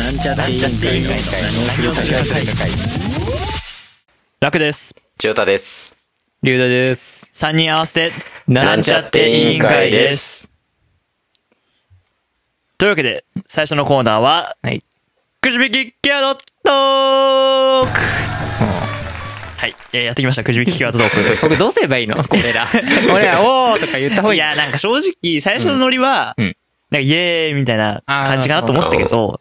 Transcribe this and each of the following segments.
なんちゃって委員会の何をするか会。 楽です。 千代田です。 龍田です。 3 人合わせてなんちゃって委員会です。 というわけで最初のコーナーは、 はい、 くじ引きキーワードトーク。はい、やってきました。くじ引きキーワードトーク。 僕どうすればいいのこれら。俺らおーとか言った方がいい。 いや、なんか正直最初のノリは、なんかイエーイみたいな感じかなと思ったけど、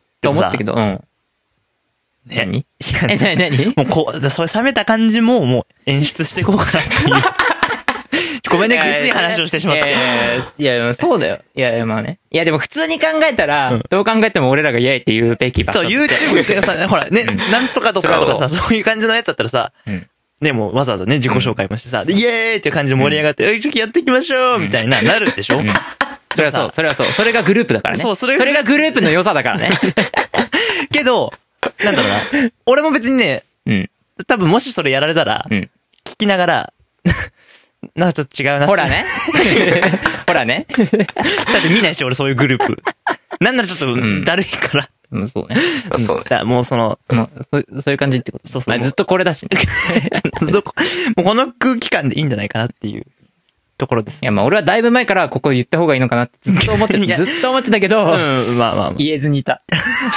何もうそれ冷めた感じももう演出していこうかなっていう。ごめんね、くい話をしてしまった。 いや、そうだよ。いや、まあね。いや、でも普通に考えたら、どう考えても俺らがイエーイって言うべき場所。 そう、YouTube ってさ、ほら、ね、なんとかとかさ、そういう感じのやつだったらさ、ね、もうわざわざね、自己紹介もしてさ、イエーイっていう感じで盛り上がって、ちょっとやっていきましょうみたいな、なるでしょ？ それはそう、それはそう。それがグループだからね。そう、それがグループの良さだからね。 けど、なんだろうな。俺も別にね、多分もしそれやられたら、聞きながら、なんかちょっと違うな。 ほらね。ほらね。 だって見ないし、俺そういうグループ。なんならちょっとだるいから。 そうね。 そうね。 もうそういう感じってこと。そう。ずっとこれだしね。 もうこの空気感でいいんじゃないかなっていうところです。 いや、まあ俺はだいぶ前からここ言った方がいいのかなってずっと思ってたけど、 まあ。 言えずにいた。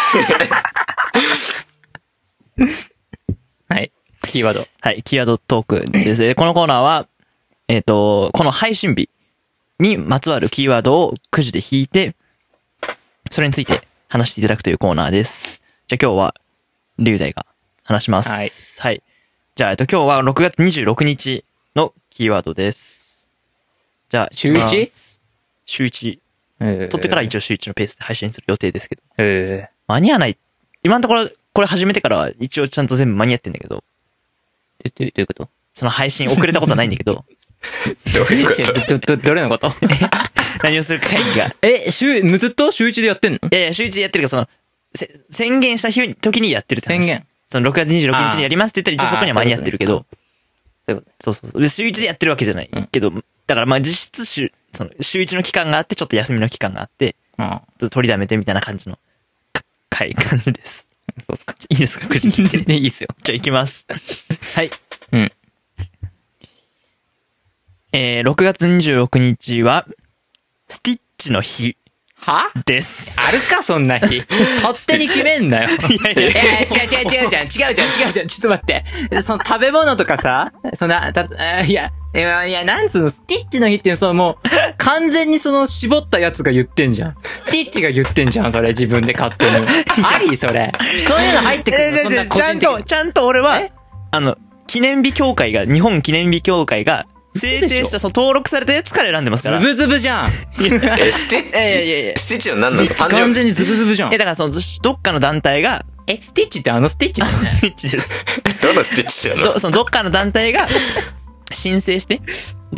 はい。キーワード。 はい、キーワードトークです。このコーナーは、この配信日にまつわるキーワードをくじで引いて、それについて話していただくというコーナーです。じゃあ今日は、龍大が話します。 はい。 はい。じゃあ、今日は6月26日のキーワードです。じゃあ、 週 1？ 週1。取ってから一応週1のペースで配信する予定ですけど。間に合わない。今のところ、これ始めてからは一応ちゃんと全部間に合ってんだけど。 どういうこと？ その配信遅れたことはないんだけど。 どういうことどれのこと何をする会議が。 ずっと週1でやってんの？ いや、週1でやってるから、宣言した時にやってるって話。宣言。その6月26日にやりますって言ったら一応そこには間に合ってるけど。そう。週1でやってるわけじゃないけど、だからまあ実質週1の期間があって、ちょっと休みの期間があって、ちょっと取りだめてみたいな感じの、感じです。 そうっすか。 いいですか？くじ引いて。 いいっすよ。 じゃあ行きます。はい。6月26日は、スティッチの日。 はです。あるか、そんな日。勝手に決めんなよ。違うじゃん。ちょっと待って。その食べ物とかさ、いや、なんつうの、スティッチの日ってもう、完全に絞ったやつが言ってんじゃん。スティッチが言ってんじゃん、それ、自分で勝手に。ありそれ。そういうの入ってくるのちゃんと俺は、記念日協会が、日本記念日協会が、制定した、登録されたやつから選んでますから。 ズブズブじゃん。 スティッチスティッチは何なの？ 完全にズブズブじゃん。 だからどっかの団体が、 スティッチってスティッチだよね。 スティッチです。 どのスティッチなの？ どっかの団体が申請して、そ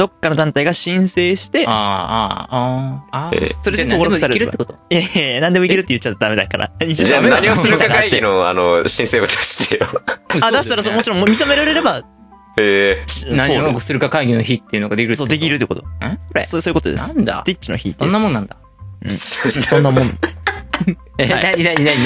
れで登録される。 何でもいけるってこと？ 何でもいけるって言っちゃダメだから。 じゃあ何をするか会議の申請を出してよ。 出したらもちろん認められれば、 何をするか会議の日っていうのができるってこと？ そう、できるってこと。そういうことです。 なんだ？ スティッチの日です。 そんなもんなんだ。 そんなもん。 何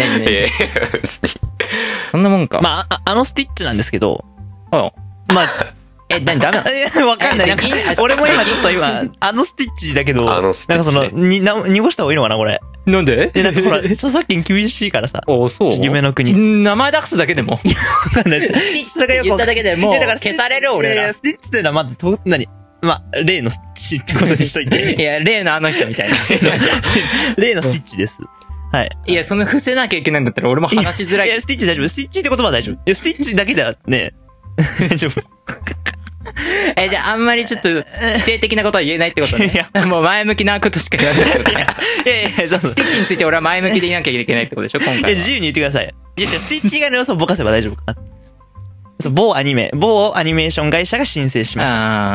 そんなもんか。 まあ、スティッチなんですけど、まあ、 ダメなの？わかんない。俺も今ちょっとスティッチだけど、なんか濁した方がいいのかな、これ。 なんで？ なんかほら、著作権厳しいからさ。 そう。 夢の国。 名前出すだけでも。 わかんない。スティッチそれがよく言っただけでもう消される俺ら。 スティッチというのは例のスティッチってことにしといて。 いや、例のあの人みたいな。 例のスティッチです。はい。 いや、その伏せなきゃいけないんだったら俺も話しづらい。 いや、スティッチ大丈夫。スティッチって言葉は大丈夫。スティッチだけではね、大丈夫。 じゃああんまりちょっと否定的なことは言えないってことね。もう前向きなことしか言わないってことね。スティッチについて俺は前向きでいなきゃいけないってことでしょ、今回は。 自由に言ってください。スティッチ以外の要素をぼかせば大丈夫かな。某アニメーション会社が申請しました。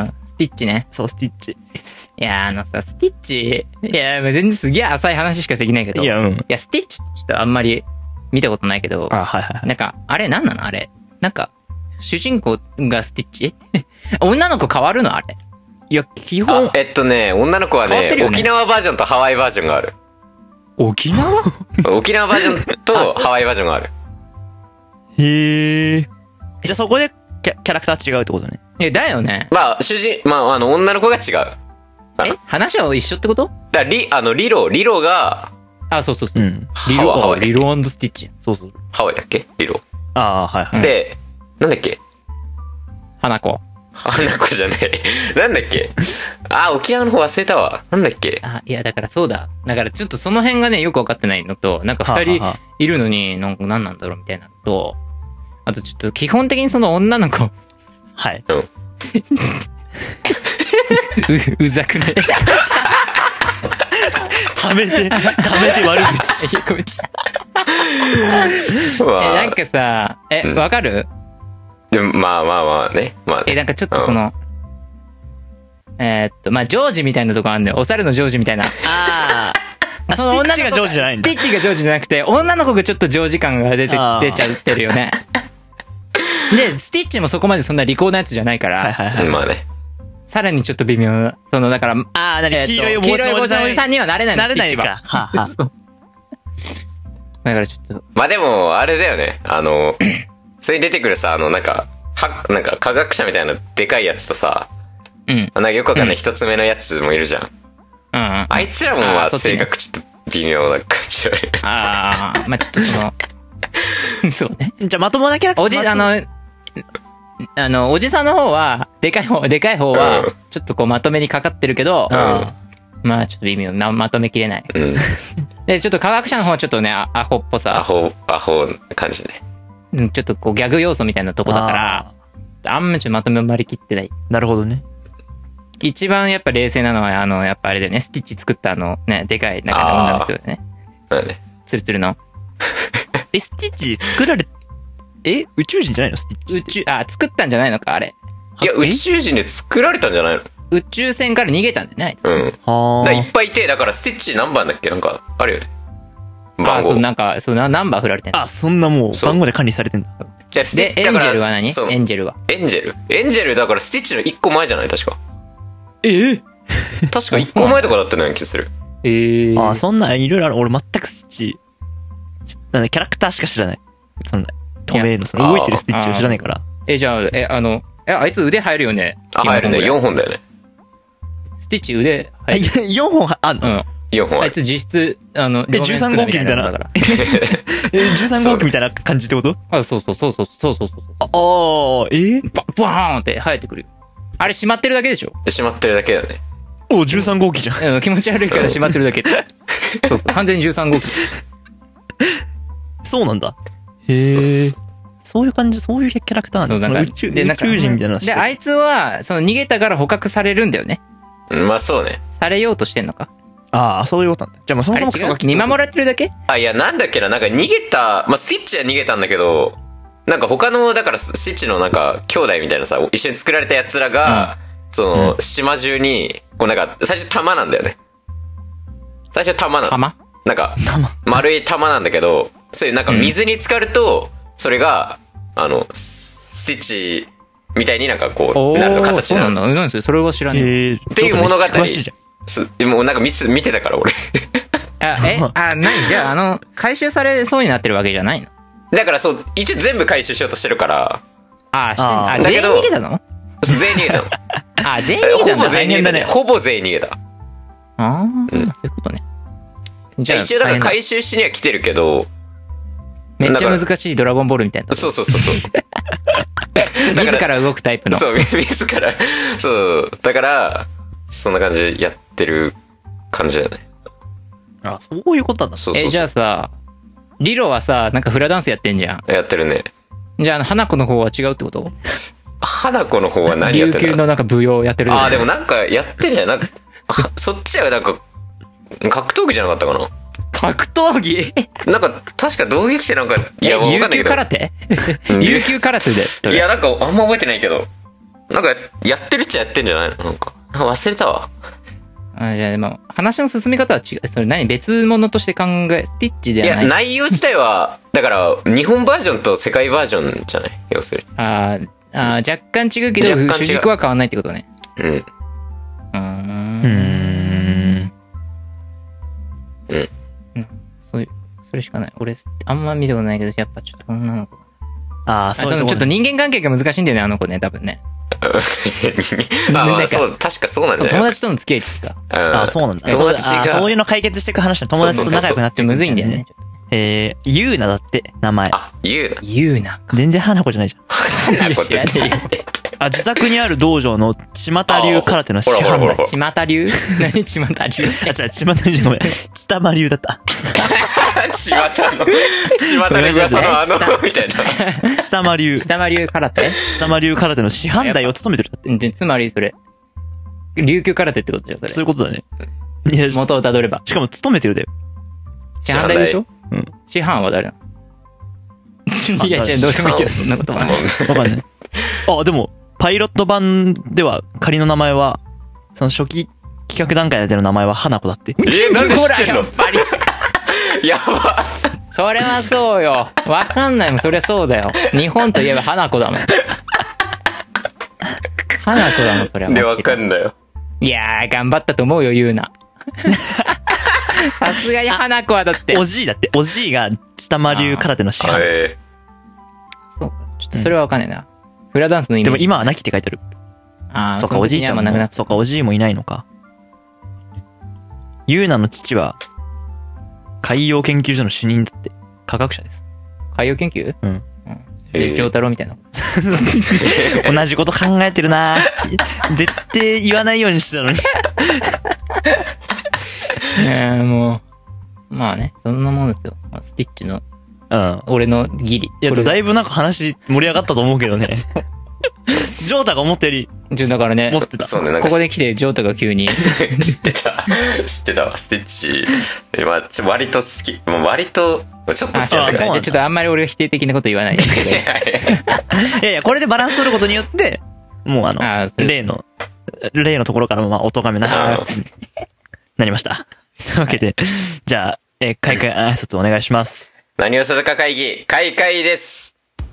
スティッチね。 そう、スティッチ。 いや、スティッチ、全然すげえ浅い話しかできないけど。いや、スティッチちょっとあんまり見たことないけど。なんか、あれ何なのあれ。なんか、主人公がスティッチ女の子変わるのあれ。 いや、基本。 女の子はね、沖縄バージョンとハワイバージョンがある。 沖縄沖縄バージョンとハワイバージョンがある。 へえ。じゃあそこでキャラクター違うってことね。 だよね。 まあ、女の子が違う。 話は一緒ってこと？ だリロが、 そうそうそう。 うん。 リロ&スティッチ。そうそう。 ハワイだっけリロ。 ああ、はいはい。 で、なんだっけ花子じゃない。なんだっけ沖縄の方忘れたわ。なんだっけいや、だからそうだ。だからちょっとその辺がね、よくわかってないのと、なんか二人いるのに、なんか何なんだろうみたいなのと、あとちょっと基本的にその女の子。 はい。 うざくない？ ためて悪口。 なんかさ、わかる？ でもまあね。 なんかちょっとその、まあ、ジョージみたいなとこあるんだよ。お猿のジョージみたいな。 その女の子がジョージじゃないんだ。 スティッチがジョージじゃなくて、女の子がちょっとジョージ感が出ちゃってるよね。で、スティッチもそこまでそんな利口なやつじゃないから。 まあね。 さらにちょっと微妙な。その、だから、 黄色い帽子のおじさんにはなれない。 なれないか。 だからちょっと。 まあでも、あれだよね。それに出てくるさ、なんか科学者みたいなでかいやつとさ、なんかよくわかんない一つ目のやつもいるじゃん。あいつらもまあ性格ちょっと微妙な感じある。 まあちょっとその、そうね。 じゃあまともなキャラクター。 おじさんの方は、でかい方は、ちょっとこうまとめにかかってるけど、まあちょっと微妙な、まとめきれない。で、ちょっと科学者の方はちょっとね、アホっぽさ。 アホ感じね。 ちょっとこうギャグ要素みたいなとこだから、あんまちょっとまとめ割り切ってない。 なるほどね。 一番やっぱ冷静なのは、やっぱあれだよね、スティッチ作ったね、でかい、なんか女の人だよね。ツルツルの。 スティッチ作られ、宇宙人じゃないのスティッチ。 作ったんじゃないのか、あれ。 いや、宇宙人で作られたんじゃないの？ 宇宙船から逃げたんだよね。 いっぱいいて、だからスティッチ何番だっけなんか、あるよね。 そう、なんか、ナンバー振られてんの。そんなもう、番号で管理されてんだ。 で、エンジェルは何？エンジェルは。 エンジェルだからスティッチの1個前じゃない確か。確か1個前とかだったような気がする。 そんな、いろいろある。俺全くスティッチ、キャラクターしか知らない。そんな、透明の、その動いてるスティッチを知らないから。 じゃあ、あいつ腕入るよね。 入るね。4本だよね。 スティッチ腕入る。 4本あんの ？4本あいつ実質、 13号機みたいな。13号機みたいな感じってこと？ そう。バーンって生えてくる。あれ閉まってるだけでしょ？ 閉まってるだけだね。 13号機じゃん。気持ち悪いから閉まってるだけ。そう、完全に13号機。 そうなんだ。へえ。そういう感じ、そういうキャラクターなんだ。宇宙人みたいな。 で、あいつは、その逃げたから捕獲されるんだよね。 まあそうね。 されようとしてんのか。 そういうことなんだ。じゃあもうそもそも見守られてるだけ？ いや、なんだっけな、なんか逃げた、スティッチは逃げたんだけど、なんか他の、だからスティッチのなんか、兄弟みたいなさ、一緒に作られた奴らが、島中に、こうなんか、最初弾なんだよね。最初弾なの。 弾？ なんか、丸い弾なんだけど、それなんか水に浸かると、それが、スティッチみたいになんかこう、なる形になる。 そうなんだ。何それ？それは知らねえ。 っていう物語。もうなんか見てたから俺。 何？じゃあ回収されそうになってるわけじゃないの？ だからそう、一応全部回収しようとしてるから。 全員逃げたの？ 全員逃げたの。 全員逃げたんだ。 大変だね。ほぼ全員逃げた。 そういうことね。 じゃあ一応だから回収しには来てるけど、 めっちゃ難しいドラゴンボールみたいな。 そう。 自ら動くタイプの。 そう、自ら。そう。だから、そんな感じでやってる感じだよね。 そういうことなんだ。 そう。 じゃあさ、リロはさ、なんかフラダンスやってんじゃん。 やってるね。 じゃあ、花子の方は違うってこと？ 花子の方は何やってるの？ 琉球のなんか舞踊やってる。 でもなんかやってるやん。なんか、そっちはなんか、格闘技じゃなかったかな。 格闘技？ なんか、確か道撃ってなんか、 琉球空手？琉球空手で。 いや、なんかあんま覚えてないけど、なんかやってるっちゃやってんじゃないの？なんか、忘れたわ。 じゃあでも、話の進め方は違う。それ何？別物としてスティッチではない？ いや、内容自体は、だから、日本バージョンと世界バージョンじゃない？要するに。 若干違うけど、主軸は変わんないってことね。 れしかない。俺、あんま見たことないけど、やっぱちょっと女の子。 そうちょっと人間関係が難しいんだよね、あの子ね、多分ね。 そう、確かそうなんだよ。 友達との付き合いって言った。 そうなんだ。 友達がそういうの解決していく話だ。友達と仲良くなってむずいんだよね。 ゆうなだって、名前。 ゆうな。 全然花子じゃないじゃん。 花子って自宅にある道場のちまた流空手の師範代。 ちまた流何ちまた流違う、ちまた流じゃごめん。ちたま流だった。 ちまたの噂のみたいな。 ちたま流。 ちたま流空手ちたま流空手の師範代を務めてるだって。 つまりそれ、琉球空手ってことだよ、それ。 そういうことだね。いや、 元をたどれば。 しかも務めてるだよ。 師範代でしょ？ うん。 師範は誰なの？いや、どうでもいいけど、そんなことは。 わかんない。でも、パイロット版では仮の名前は、その初期企画段階での名前は花子だって。 なんで知ってんの？ ほら、やっぱり。 やば。 それはそうよ。わかんないもん、そりゃそうだよ。日本といえば花子だもん。花子だもん、そりゃ。 で、わかんだよ。 いやー、頑張ったと思うよ、言うな。さすがに花子はだって。 おじいだって。おじいが、ちたま流空手の師範。 そうか。ちょっとそれはわかんないな。フラダンスのイメージ。 でも今は亡きって書いてある。そうか、おじいちゃんもなくなった。そうか、おじいもいないのか。ゆうなの父は、海洋研究所の主任だって。科学者です。 海洋研究？うん。で、丈太郎みたいな。 同じこと考えてるな絶対言わないようにしてたのに。 もう、まあね、そんなもんですよ。スティッチの、俺のギリ。 いや、だいぶなんか話盛り上がったと思うけどね。ジョータが思ったより、 だからね、 持ってた。 そうね、 ここで来て、ジョータが急に。 知ってたわ、スティッチ。割と好き。割と、ちょっと好きだったから。 ちょっとあんまり俺が否定的なこと言わないですけど。 いやいや、これでバランス取ることによって、もう例のところからも、お咎めなしになりました。というわけで、じゃあ、開会挨拶お願いします。 何をするか会議、開会です。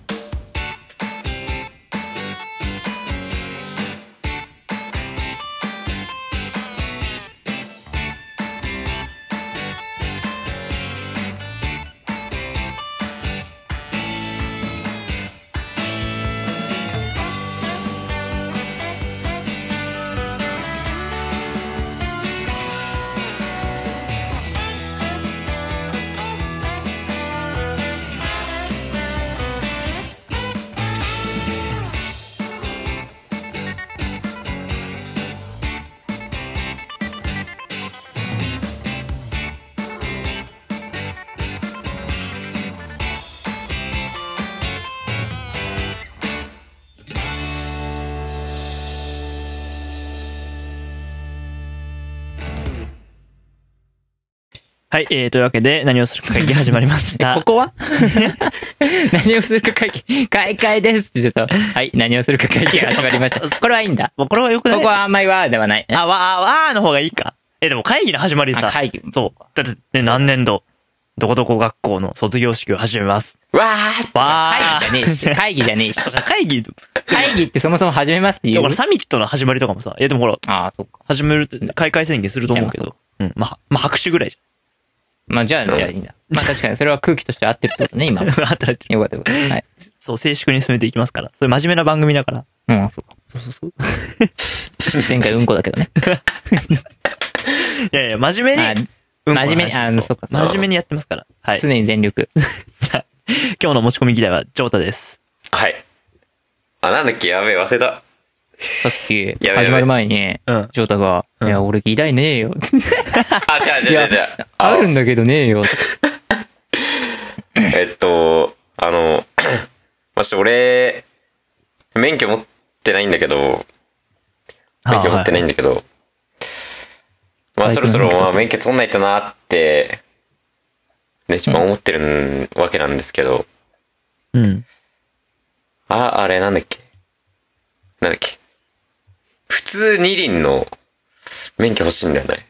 はい、というわけで、何をするか会議始まりました。 ここは何をするか会議、開会ですって言うと、はい、何をするか会議が始まりました。これはいいんだ。 これはよくない？ ここはあんまりわーではない。 わーの方がいいか。でも会議の始まりさ。 会議。 そう。だって、何年度、どこどこ学校の卒業式を始めます。 会議じゃねえし。会議じゃねえし。 会議ってそもそも始めますっていう。 これサミットの始まりとかもさ、いやでもほら、 そうか。 始めるって、開会宣言すると思うけど。うん。まあ、拍手ぐらいじゃん。 まあ、じゃあいいんだ。まあ確かにそれは空気として合ってるってことね、今。合ってる。よかったよかった。はい。 そう、静粛に進めていきますから。それ真面目な番組だから。 そうか。 そう。 前回うんこだけどね。 いやいや、真面目に。 真面目に、そうか。 真面目にやってますから。はい。 常に全力。 じゃあ、今日の持ち込み議題は、ジョータです。 はい。なんだっけ、やべえ、忘れた。 さっき、始まる前に、ジョータが、いや、俺議題ねえよ。 じゃあるんだけどねえよ。 俺、免許持ってないんだけど、まあそろそろ免許取んないとなって、ね、一番思ってるわけなんですけど、あれなんだっけ普通二輪の免許欲しいんだよね。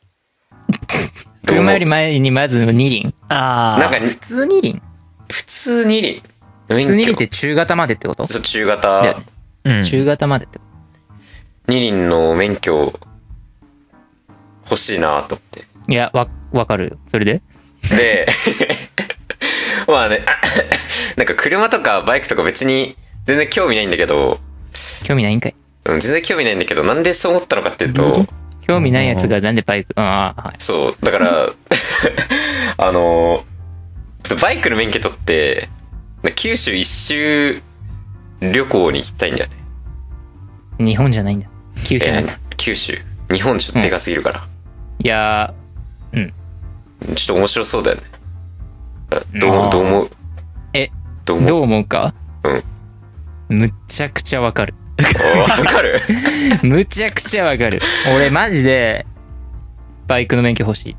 車より前にまず二輪。 なんか普通二輪普通二輪普通二輪って中型までってこと？ そう、中型。 中型までってこと？ 二輪の免許欲しいなと思って。 いや、わかるよ。それでで、まあね、なんか車とかバイクとか別に全然興味ないんだけど、 興味ないんかい。 全然興味ないんだけど、なんでそう思ったのかっていうと、 興味ないやつがなんでバイク、はい。 そう、だから、バイクの免許取って、九州一周旅行に行きたいんだよね。 日本じゃないんだ。九州なんだ。 九州。日本ちょっとでかすぎるから。 いやー、 ちょっと面白そうだよね。どう思う？ どう思うか？むちゃくちゃわかる。 わかる？ むちゃくちゃわかる。俺マジで、バイクの免許欲しい。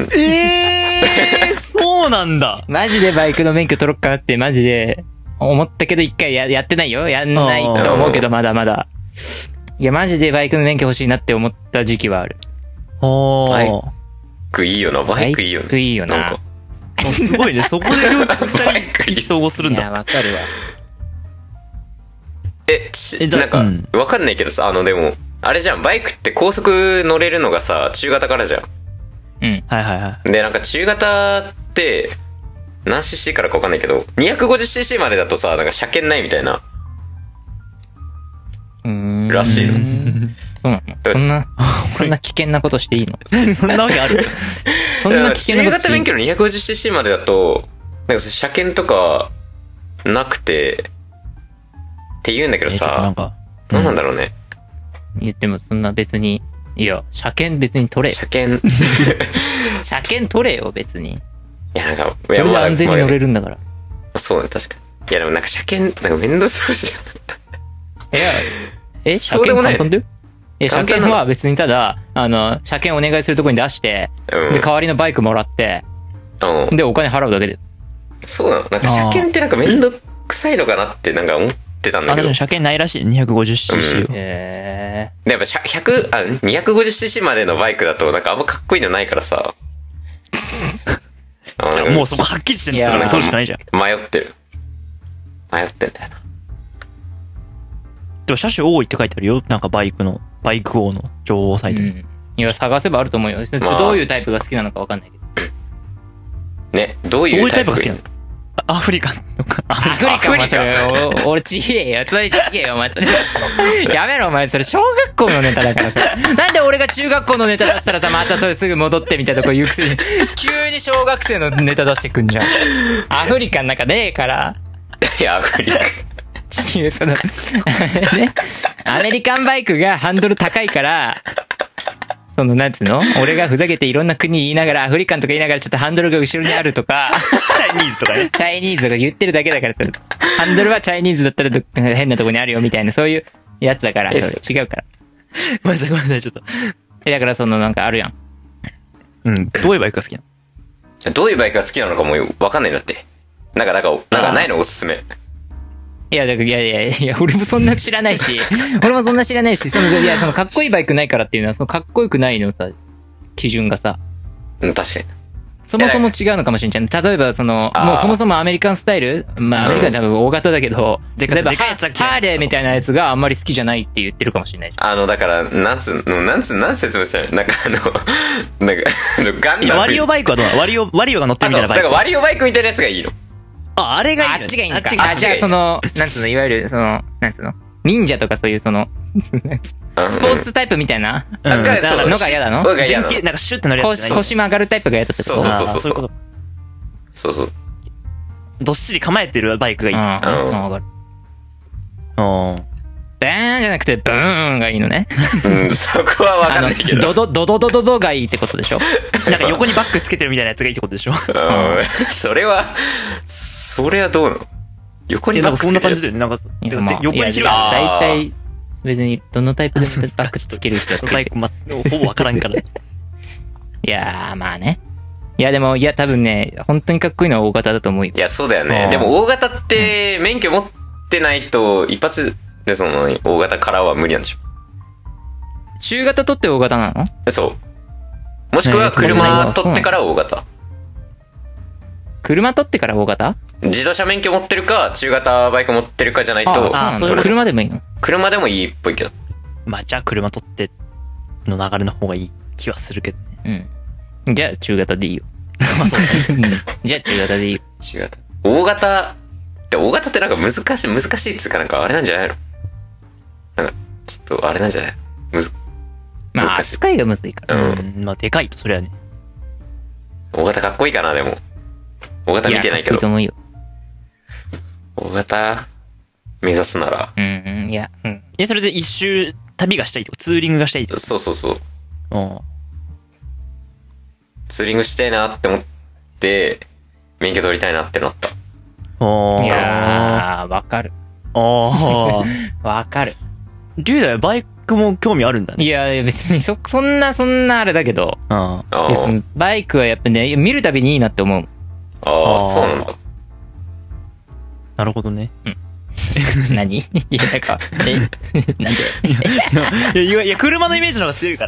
そうなんだ。 マジでバイクの免許取ろっかなってマジで思ったけど一回やってないよ。やんないと思うけどまだまだ。いやマジでバイクの免許欲しいなって思った時期はある。 バイクいいよな、バイクいいよね。 バイクいいよな。 なんかすごいね、そこで二人意気投合するんいや、 だ。 わかるわ。 なんか、わかんないけどさ、でも、あれじゃん、バイクって高速乗れるのがさ、中型からじゃん。 はいはいはい。 で、なんか中型って、何 cc からかわかんないけど、250cc までだとさ、なんか車検ないみたいな。らしいの。 そうなの？そんな危険なことしていいの？ そんなわけある？ そんな危険なことしていいの？ 中型免許の 250cc までだと、なんか車検とか、なくて、って言うんだけどさ、 なんか、 どうなんだろうね。 言ってもそんな別に、いや、車検別に取れよ。 車検。 車検取れよ、別に。 いや、なんか、 それで安全に乗れるんだから。 そうね、確かに。いや、でもなんか車検、なんかめんどくさいじゃん。 車検簡単だよ。車検は別にただ、車検お願いするとこに出して、で、代わりのバイクもらって、で、お金払うだけで。 そうなの？なんか車検ってなんかめんどくさいのかなってなんか思ってたんだけど。 車検ないらしい、250cc を。 で、やっぱ250cc までのバイクだとなんかあんまかっこいいのないからさ。 じゃあもうそこはっきりしてるんだよ。取るしかないじゃん。 迷ってんだよな。 でも車種多いって書いてあるよ。なんかバイク王の情報サイトに。 いや、探せばあると思うよ。どういうタイプが好きなのかわかんないけど。 ね、どういうタイプが好きなの？ アフリカンとか。 アフリカンはそれ、俺ちげえよ。それちげえよ、お前それ。やめろ、お前それ小学校のネタだからさ。なんで俺が中学校のネタ出したらさ、またそれすぐ戻ってみたいなとこ言うくせに、急に小学生のネタ出してくんじゃん。アフリカンなんかねえから。 いや、アフリカン。 違う、ね。アメリカンバイクがハンドル高いから、なんつうの？俺がふざけていろんな国言いながら、アフリカンとか言いながらちょっとハンドルが後ろにあるとか、 チャイニーズとかね。 チャイニーズとか言ってるだけだから、ハンドルはチャイニーズだったら変なとこにあるよみたいな、そういうやつだから、それ違うから。 ごめんなさい、ちょっと。 だからなんかあるやん。 どういうバイクが好きなの？どういうバイクが好きなのかもわかんないんだって。なんかないのおすすめ。 いや、だから、いや、俺もそんな知らないし、かっこいいバイクないからっていうのは、かっこよくないのさ、基準がさ。 確かに。 そもそも違うのかもしれん。例えば、もうそもそもアメリカンスタイル、まあ、アメリカン多分大型だけど、例えば、ハーレーみたいなやつがあんまり好きじゃないって言ってるかもしれない。 だから、なん説明したら、なんかガンダム。 ワリオバイクはどうなの？ワリオが乗ってるみたいなバイク。 だからワリオバイクみたいなやつがいいの。 あれがいいの？ あっちがいいのか。じゃあなんつうの、いわゆる、なんつうの、忍者とかそういうスポーツタイプみたいなのが嫌だの？ なんかシュッて乗るやつじゃない？ 腰曲がるタイプが嫌だってこと？ そういうこと。そう。 どっしり構えてるバイクがいい。 わかる。バーンじゃなくて、ブーンがいいのね。 そこはわかんないけど。 ドドがいいってことでしょ？ なんか横にバックつけてるみたいなやつがいいってことでしょ？ それはどうなの？横にバックつけてるやつ。 そんな感じだよね。なんか、横に広い。 大体、別にどのタイプでもバックつける人はつける。 バイク、ほぼわからんから。 いやー、まあね。いやでも、多分ね、本当にかっこいいのは大型だと思うよ。 いや、そうだよね。でも大型って免許持ってないと一発で大型からは無理なんでしょ？ 中型取って大型なの？ そう。もしくは車取ってから大型。 車取ってから大型？ 自動車免許持ってるか、中型バイク持ってるかじゃないと。 車でもいいの？ 車でもいいっぽいけど。 まあ、じゃあ車取っての流れの方がいい気はするけどね。 じゃあ中型でいいよ。 まあそうだね。 じゃあ中型でいいよ。 中型。大型ってなんか難しいっつうかなんかあれなんじゃないの？なんか、ちょっとあれなんじゃない？ まあ、 難しい扱いがむずいから。 まあでかいと、それはね。 大型かっこいいかな、でも。大型見てないけど。 いやかっこいいと思うよ。 大型目指すなら。 いや、 それで一周旅がしたいとか、ツーリングがしたいとか。 そう。 うん。 ツーリングしたいなって思って、免許取りたいなってなった。 いやー、わかる。わかる。 リュウダイはバイクも興味あるんだね。 いや、別にそんなあれだけど、別にバイクはやっぱね、見るたびにいいなって思う。 そうなんだ。 なるほどね。 何？いや、なんか、なんで？ いや、車のイメージの方が強いから。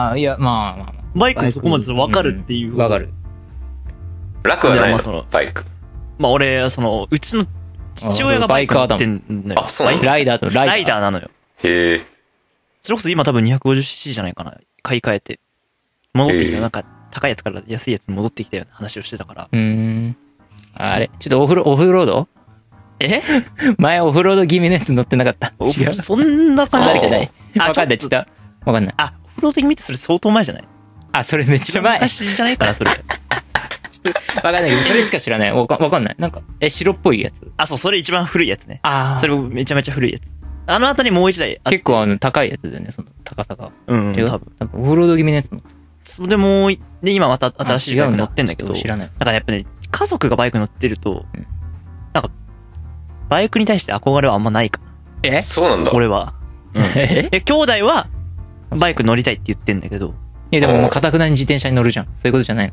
いや、まあ。 バイクもそこまで分かるっていう。 分かる。 楽はないの？バイク。 まあ俺、うちの父親がバイク乗ってんのよ。 そうなんだ。 ライダーなのよ。 へえ。 それこそ今多分 250cc じゃないかな。買い替えて。戻ってきた。なんか、高いやつから安いやつに戻ってきたような話をしてたから。 あれちょっとオフロード？前オフロード気味のやつ乗ってなかった？違う。 そんな感じじゃない。わかんない、ちょっと。わかんない。 オフロード気味ってそれ相当前じゃない？ それめっちゃ前。 昔じゃないかな、それ。 わかんないけど、それしか知らない。わかんない。なんか、白っぽいやつ。 そう、それ一番古いやつね。それめちゃめちゃ古いやつ。あの後にもう一台結構高いやつだよね、その高さが。 多分。 オフロード気味のやつの。 で、今また新しいバイク乗ってんだけど。 知らない。 だからやっぱね、家族がバイク乗ってると、なんか、バイクに対して憧れはあんまないかな。そうなんだ。 俺は。兄弟は、バイク乗りたいって言ってんだけど。 いやでももう堅くなに自転車に乗るじゃん。そういうことじゃないの？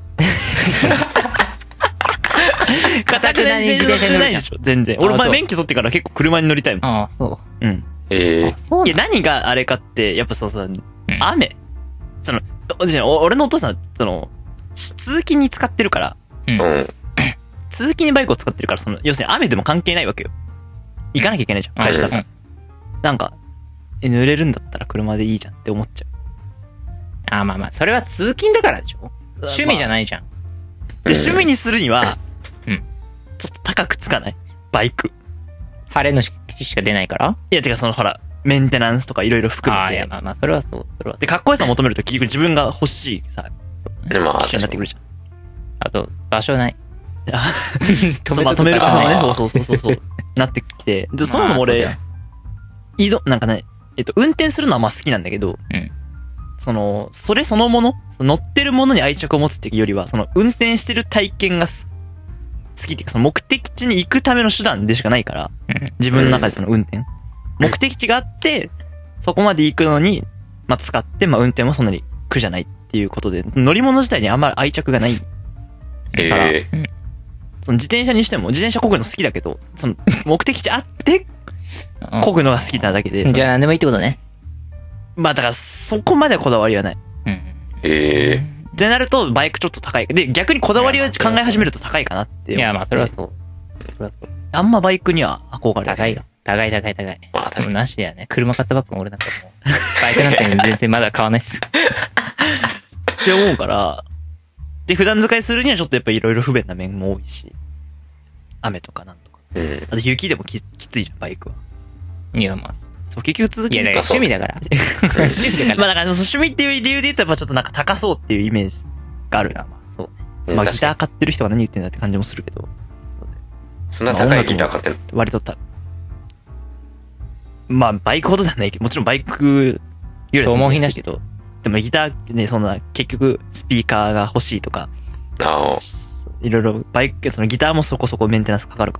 堅くなに自転車に乗るでしょ、全然。俺前免許取ってから結構車に乗りたいもん。 そう。 いや、何があれかって、やっぱ雨。俺のお父さん、通勤に使ってるから、通勤にバイクを使ってるから、要するに雨でも関係ないわけよ。行かなきゃいけないじゃん、会社だから。なんか、濡れるんだったら車でいいじゃんって思っちゃう。 まあ、それは通勤だからでしょ？趣味じゃないじゃん。 で、趣味にするには、ちょっと高くつかない？バイク。 晴れの日しか出ないから？ いや、てかほら、メンテナンスとかいろいろ含めて。 まあ、それはそう。 で、かっこよさ求めると結局自分が欲しいさ、一緒になってくるじゃん。 あと、場所ない。 止める場所がね、そう。なってきて。で、そもそも俺、なんかね、運転するのはまあ好きなんだけど、それそのもの、乗ってるものに愛着を持つっていうよりは、運転してる体験が好きっていうか、目的地に行くための手段でしかないから、自分の中で運転。目的地があって、そこまで行くのに、使って、運転もそんなに苦じゃないっていうことで、乗り物自体にあんまり愛着がない。から、自転車にしても、自転車漕ぐの好きだけど、目的地あって、漕ぐのが好きなだけで。 じゃあ何でもいいってことね。 だから、そこまでこだわりはない。ってなると、バイクちょっと高い。で、逆にこだわりを考え始めると高いかなって。 いや、まあ、それはそう。 あんまバイクには憧れない。 高いよ。高い。でもなしだよね。車買ったばっかも俺なんかもう、バイクなんて全然まだ買わないっす。 って思うから、で、普段使いするにはちょっとやっぱいろいろ不便な面も多いし、雨とかなんとか。あと雪でもきついじゃん、バイクは。 いや、まあ。 そう、結局続ける。 いや、趣味だから。趣味だから。 だから趣味っていう理由で言ったらやっぱちょっとなんか高そうっていうイメージがある。そう。ギター買ってる人が何言ってんだって感じもするけど。 そんな高いギター買ってんの？ 割とバイクほどじゃないけど、もちろんバイクよりは全然安いけど、でもギターね、結局スピーカーが欲しいとか、いろいろバイク、ギターもそこそこメンテナンスかかるから、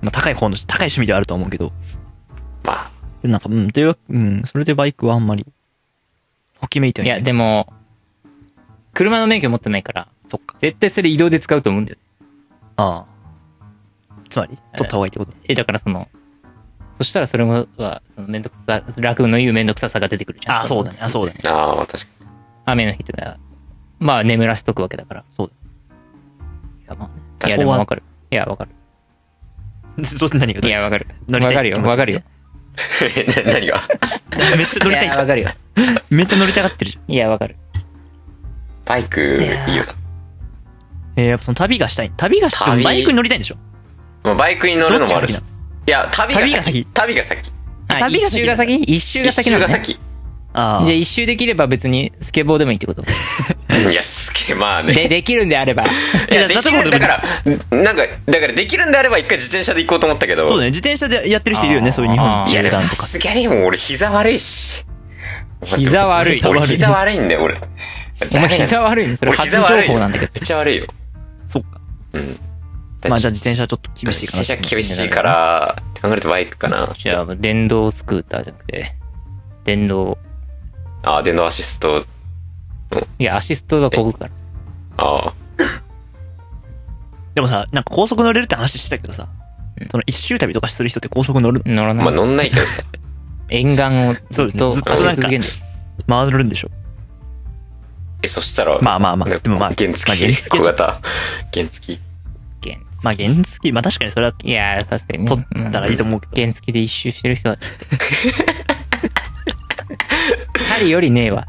高い趣味ではあると思うけど、なんか、それでバイクはあんまり、ときめいてはいない。 いや、でも、車の免許持ってないから、 そっか。 絶対それ移動で使うと思うんだよね。 つまり取った方がいいってこと？ だからそしたらそれは、楽の言うめんどくささが出てくるじゃん。 そうだね。 確かに。 雨の日とか、眠らしとくわけだから。 そうだ。いや、でもわかる。いや、わかる。 何が？ いや、わかる。 乗りたい。 わかるよ。 何が？ めっちゃ乗りたい。 わかるよ。 めっちゃ乗りたがってるじゃん。 いや、わかる。 バイク、いいよな。 やっぱその旅がしたい。旅がしたい。バイクに乗りたいんでしょ？ まあバイクに乗るのもあるし。 どっちが先なの？ いや、旅が先。旅が先。 旅が先が先？一周が先なのね。 一周が先。 ああ。 じゃあ一周できれば別にスケボーでもいいってこと？ いや、まあね。 できるんであれば。 いや、できるんだから、なんか、だからできるんであれば一回自転車で行こうと思ったけど。 そうだね、自転車でやってる人いるよね、そういう日本いや、 縦断とか。 さすがにもう俺膝悪いし。 膝悪い。 俺膝悪いんだよ、俺。 お前膝悪いの？それ初情報なんだけど。 めっちゃ悪いよ。 そっか。 うん。 まあじゃあ自転車ちょっと厳しいかな。 自転車厳しいから、って考えるとバイクかな。 じゃあ、電動スクーターじゃなくて、電動。 電動アシスト。 いや、アシストはこぐから。 ああ。 でもさ、なんか高速乗れるって話してたけどさ、その一周旅とかする人って高速乗らない。 まあ乗んないけどさ。 沿岸をずっとなんか回るんでしょ。 そしたら、 まあ。でもまあ、 原付小型。原付まあ原付、まあ確かにそれは、 いや、確かにね。 取ったらいいと思うけど。 原付で一周してる人は。チャリよりねえわ。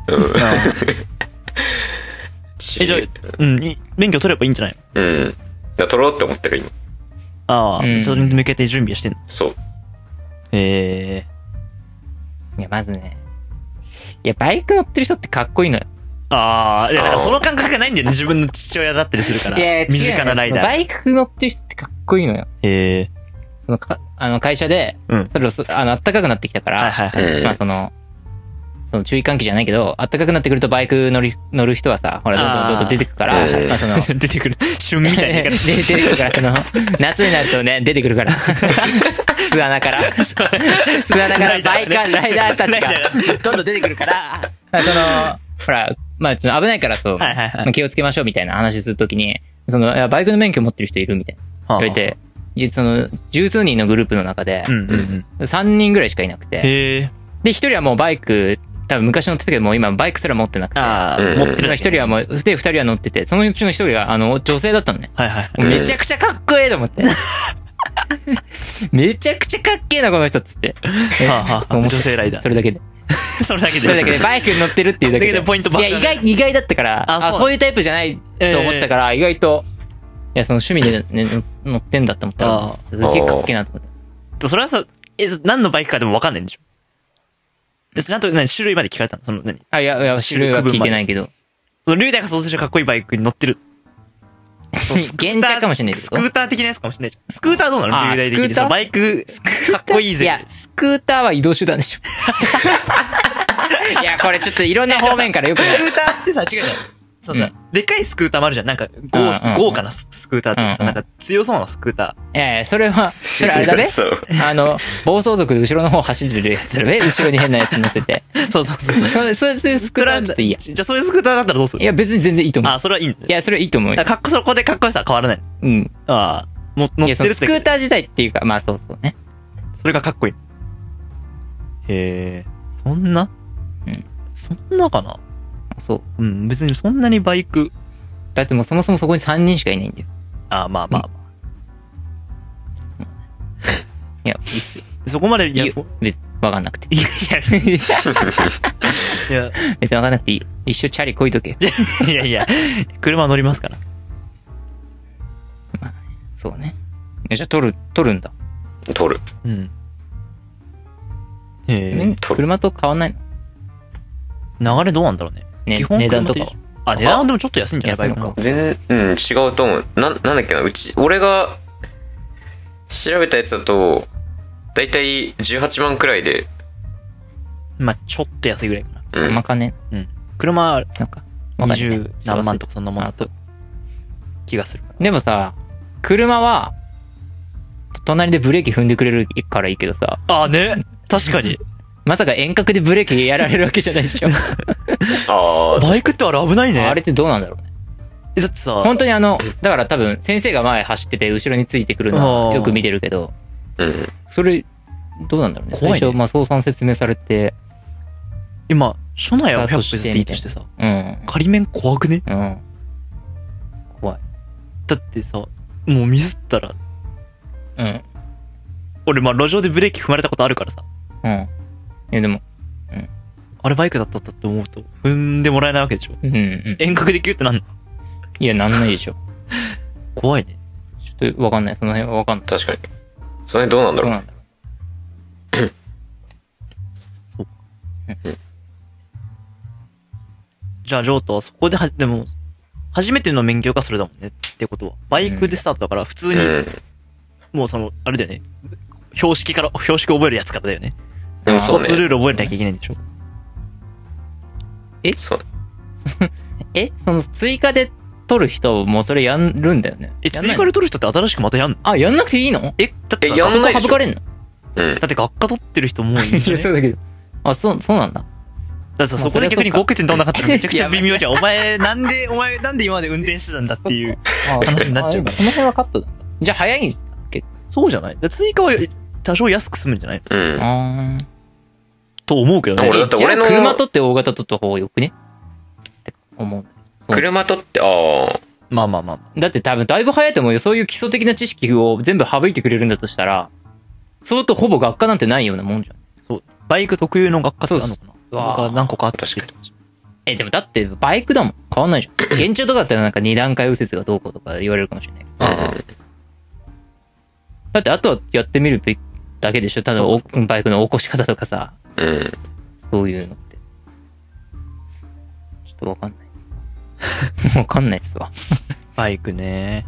じゃあ、免許取ればいいんじゃないの？うん。取ろうって思ってる今。 ああ、それに向けて準備してんの？ そう。 いや、まずね。いや、バイク乗ってる人ってかっこいいのよ。 ああ、いや、だからその感覚がないんだよね。自分の父親だったりするから。身近なライダー。 バイク乗ってる人ってかっこいいのよ。その会社で、それを暖かくなってきたから、まあその注意喚起じゃないけど、暖かくなってくるとバイク乗る人はさ、ほら、どんどん出てくから、まあその、 出てくる。旬みたいな言い方出てくるから、その、夏になるとね、出てくるから。巣穴から、バイカー、ライダーたちが、どんどん出てくるから、まあその、ほら、まあ危ないからそう、気をつけましょうみたいな話するときに、その、いや、バイクの免許持ってる人いるみたいな。言われて、その、十数人のグループの中で、3人ぐらいしかいなくて、で、1人はもうバイク、多分昔乗ってたけどもう今バイクすら持ってなくて。持ってる。1人はもう、で、2人は乗ってて、そのうちの1人が、女性だったのね。めちゃくちゃかっこええと思って。めちゃくちゃかっけえな、この人っつって。 女性ライダー。 それだけで。 それだけでバイクに乗ってるっていうだけで。 ポイントばっかり。 いや、意外だったから、そういうタイプじゃないと思ってたから、意外と、いや、その趣味で乗ってんだって思ったら、すげえかっけえなと思って。 それはさ、何のバイクかでも分かんないんでしょ？ちゃんと種類まで聞かれたの？その何？ いや、種類は聞いてないけど。 その、龍大が想像してるかっこいいバイクに乗ってる。 現着かもしれないですスクーター的なやつかもしれないじゃん。スクーターどうなの？龍大的にさ、バイク、かっこいいぜ。 いや、スクーターは移動手段でしょ。いや、これちょっといろんな方面からよくない。 スクーターってさ、違うじゃん。そうさ、でっかいスクーターもあるじゃん。なんか、豪華なスクーターってさ、なんか強そうなスクーター。いやいや、それあれだね。暴走族で後ろの方走ってるやつだね。後ろに変なやつ乗せて。 そう。 そういうスクーターちょっといいや。 じゃあそういうスクーターだったらどうする？ いや、別に全然いいと思う。 それはいいんだ。 いや、それはいいと思う。 そこでかっこよさは変わらない。乗ってるって。 スクーター自体っていうか、まあそうね。 それがかっこいい。そんな？そんなかな？ そう。 別にそんなにバイク。 だってもうそもそもそこに3人しかいないんだよ。 まあ。 いや、いいっすよ。 そこまで、 別にわかんなくて。いや、別にわかんなくていいよ。一生チャリこいとけ。 いや、車乗りますから。 まあ、そうね。じゃあ取るんだ。 取る。 車と変わんないの？ 流れどうなんだろうね。 値段とかは。 値段でもちょっと安いんじゃない？バイクの。 全然、違うと思う。なんだっけな、俺が調べたやつだと、だいたい18万くらいで。 まあ、ちょっと安いぐらいかな。 車かね。 車、なんか、20何万とかそんなもんだと、気がする。 でもさ、車は、隣でブレーキ踏んでくれるからいいけどさ。 ね。確かに。 まさか遠隔でブレーキやられるわけじゃないでしょ。 バイクってあれ危ないね。 あれってどうなんだろうね。 だってさ、 本当にだから多分先生が前走ってて後ろについてくるのはよく見てるけど、それ、どうなんだろうね。最初、操作説明されて。 今、署内は100歩譲っていいとしてさ、仮面怖くね？ 怖い。 だってさ、もうミスったら、俺路上でブレーキ踏まれたことあるからさ。 いやでも、 あれバイクだったって思うと、踏んでもらえないわけでしょ。遠隔でキュッてなんの？ いや、なんないでしょ。 怖いね。 ちょっとわかんない。その辺はわかんない。 確かに。それどうなんだろう。 そう。じゃあ、ジョータはそこででも、初めての免許がそれだもんね。ってことは。バイクでスタートだから、普通に、もうその、あれだよね。標識覚えるやつからだよね。 そうね。 交通ルール覚えなきゃいけないんでしょ。 そう。 その追加で取る人もそれやるんだよね。 追加で取る人って新しくまたやんの？ あ、やんなくていいの？ だってさ、 やんないでしょ。 省かれんの？ だって学科取ってる人も多いんじゃない？ いや、そうだけど。あ、そうなんだ。 だってさ、そこで逆に合計点取んなかったらめちゃくちゃ微妙じゃん。お前なんで今まで運転してたんだっていう話になっちゃうから。 その辺はカットだ。じゃあ早いんだっけ？ そうじゃない？追加は多少安く済むんじゃないの？ と思うけどね。 だって俺の車取って大型取った方がよくねって思う。 車取って、 まあ。 だって多分だいぶ早いと思うよ。そういう基礎的な知識を全部省いてくれるんだとしたら、そうとほぼ学科なんてないようなもんじゃん。 そう。バイク特有の学科ってあるのかな？何個かあったし。 でもだってバイクだもん。変わんないじゃん。現状とかだったらなんか2段階右折がどうこうとか言われるかもしれない。だってあとはやってみるだけでしょ。ただバイクの起こし方とかさ。そういうのって。ちょっとわかんないっす。わかんないっすわ。 バイクね。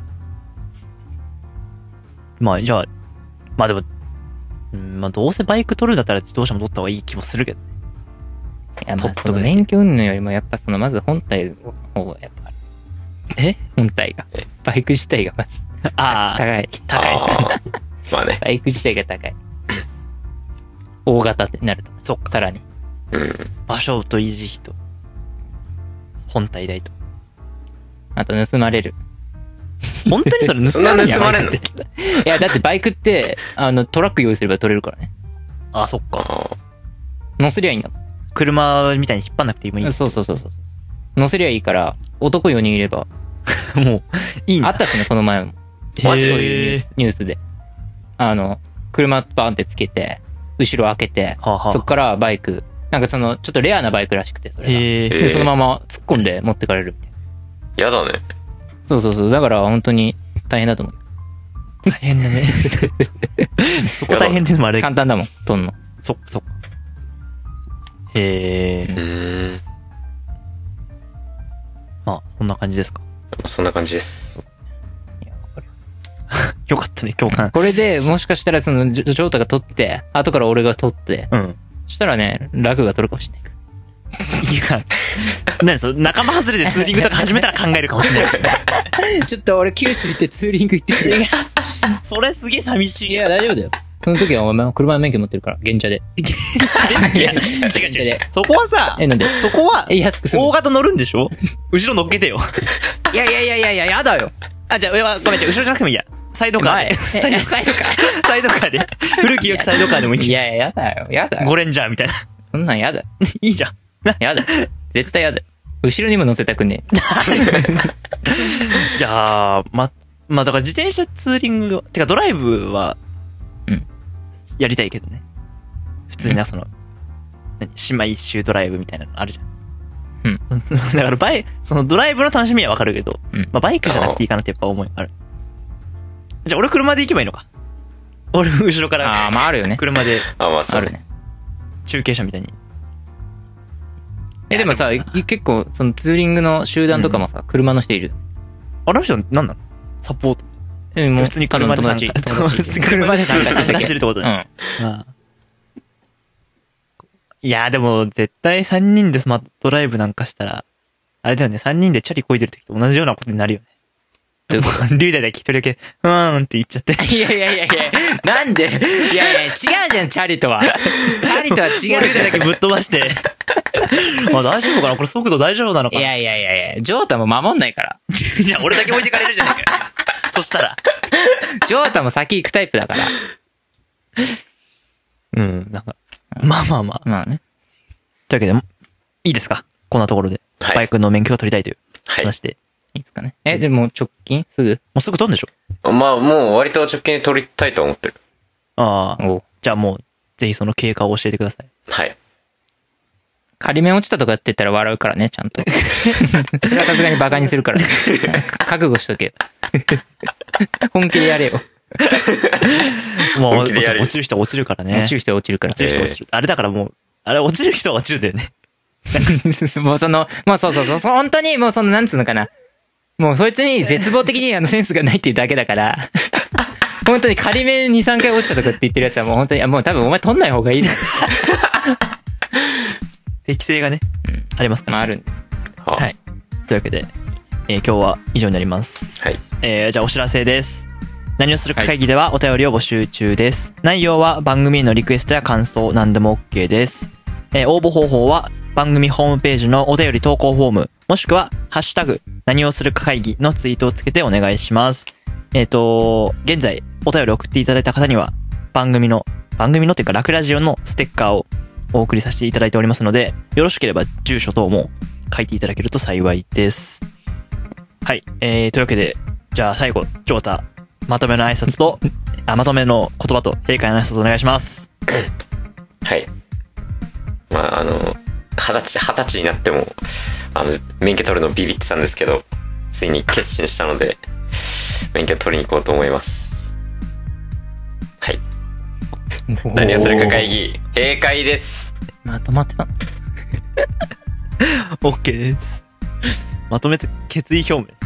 まあ、じゃあ、まあでも、まあどうせバイク取るんだったら自動車も取った方がいい気もするけどね。 いや、まあその免許運のよりもやっぱそのまず本体の方がやっぱ本体が。バイク自体がまず。高い。 まあね。 バイク自体が高い。大型ってなると。 そっか。 さらに。 場所と維持費と、本体代と。 あと盗まれる。 本当にそれ盗まれるの？いや、だってバイクって、トラック用意すれば取れるからね。 あ、そっか。 乗せりゃいいんだもん。 車みたいに引っ張んなくてもいい。 そう。乗せりゃいいから、男4人いれば。 もう、いいんだ。 あったしね、この前も。マジそういうニュースで。車バーンってつけて、後ろ開けて、そっからバイク、なんかその、ちょっとレアなバイクらしくて、それが。で、そのまま突っ込んで持ってかれるみたいな。 やだね。 そう。だから本当に大変だと思う。 大変だね。そこ大変ってのもあれ。 簡単だもん、取んの。 そっか。まあ、そんな感じですか。 そんな感じです。 よかったね、共感。 これでもしかしたらその、ジョータが取って、後から俺が取って、そしたらね、楽が取るかもしれないから。 いいか。何それ、仲間外れでツーリングとか始めたら考えるかもしれない。 ちょっと俺九州行ってツーリング行ってくる。 それすげえ寂しい。 いや、大丈夫だよ。その時はお前車の免許持ってるから、原チャで。 いや、違う。そこはさ、 なんでそこは、 安くする。 大型乗るんでしょ？後ろ乗っけてよ。 いや、やだよ。 あ、じゃあ上は、ごめん、後ろじゃなくてもいいや。サイドカーで。サイドカーで。古き良きサイドカーでもいい。 いや、やだよ。 ゴレンジャーみたいな。 そんなんやだ。 いいじゃん。 やだ。絶対やだ。後ろにも乗せたくねえ。いやー、まあだから自転車ツーリング、てかドライブは、やりたいけどね。普通にその、姉妹一周ドライブみたいなのあるじゃん。だからそのドライブの楽しみはわかるけど、まあバイクじゃなくていいかなってやっぱ思いある。じゃあ俺車で行けばいいのか。俺後ろから。 まああるよね。 車で。 あるね。 中継車みたいに。 でもさ、結構、そのツーリングの集団とかもさ、車の人いる。 あの人何なの？サポート。普通に車で友達。 車で参加してるってことね。いやでも、絶対3人でスマートドライブなんかしたら、あれだよね、3人でチャリこいでる時と同じようなことになるよね。龍大だけ一人だけ、って言っちゃって。 いや、なんでいや、違うじゃん、チャリとは。チャリとは違うじゃん。 龍大だけぶっ飛ばして。大丈夫かなこれ速度大丈夫なのかな。 いや、ジョータも守んないから。 いや、俺だけ置いてかれるじゃないかよ。そしたら。 ジョータも先行くタイプだから。 なんか、まあ。 まあね。 というわけで、いいですかこんなところで。バイクの免許が取りたいという話で。 いいですかね。でも直近すぐもうすぐ取るんでしょ？ まあ、もう割と直近で取りたいと思ってる。 じゃあもう、ぜひその経過を教えてください。 はい。 仮面落ちたとかって言ったら笑うからね、ちゃんと。それはさすがにバカにするから、ね。覚悟しとけよ。本気でやれよ。 もう、落ちる人は落ちるからね。 落ちる人は落ちるから。 あれだからもう、あれ落ちる人は落ちるんだよね。 もうそう、本当にもうなんつうのかな。もうそいつに絶望的にセンスがないっていうだけだから、本当に仮面2、3回落ちたとかって言ってるやつはもう本当に、もう多分お前取んない方がいいです。 適性がね、ありますから。 あるんで。 はい。というわけで、今日は以上になります。 はい。 じゃあお知らせです。何をするか会議ではお便りを募集中です。内容は番組へのリクエストや感想何でも OK です。応募方法は番組ホームページのお便り投稿フォーム、もしくはハッシュタグ何をするか会議のツイートをつけてお願いします。現在お便り送っていただいた方には番組のっていうかラクラジオのステッカーをお送りさせていただいておりますので、よろしければ住所等も書いていただけると幸いです。はい。というわけで、じゃあ最後、ジョータ、まとめの挨拶と、まとめの言葉と閉会の挨拶お願いします。 はい。まあ、20歳になっても、免許取るのビビってたんですけど、ついに決心したので、免許取りに行こうと思います。はい。何をするか会議、閉会です。 まとまってた。 OK です。まとめて決意表明。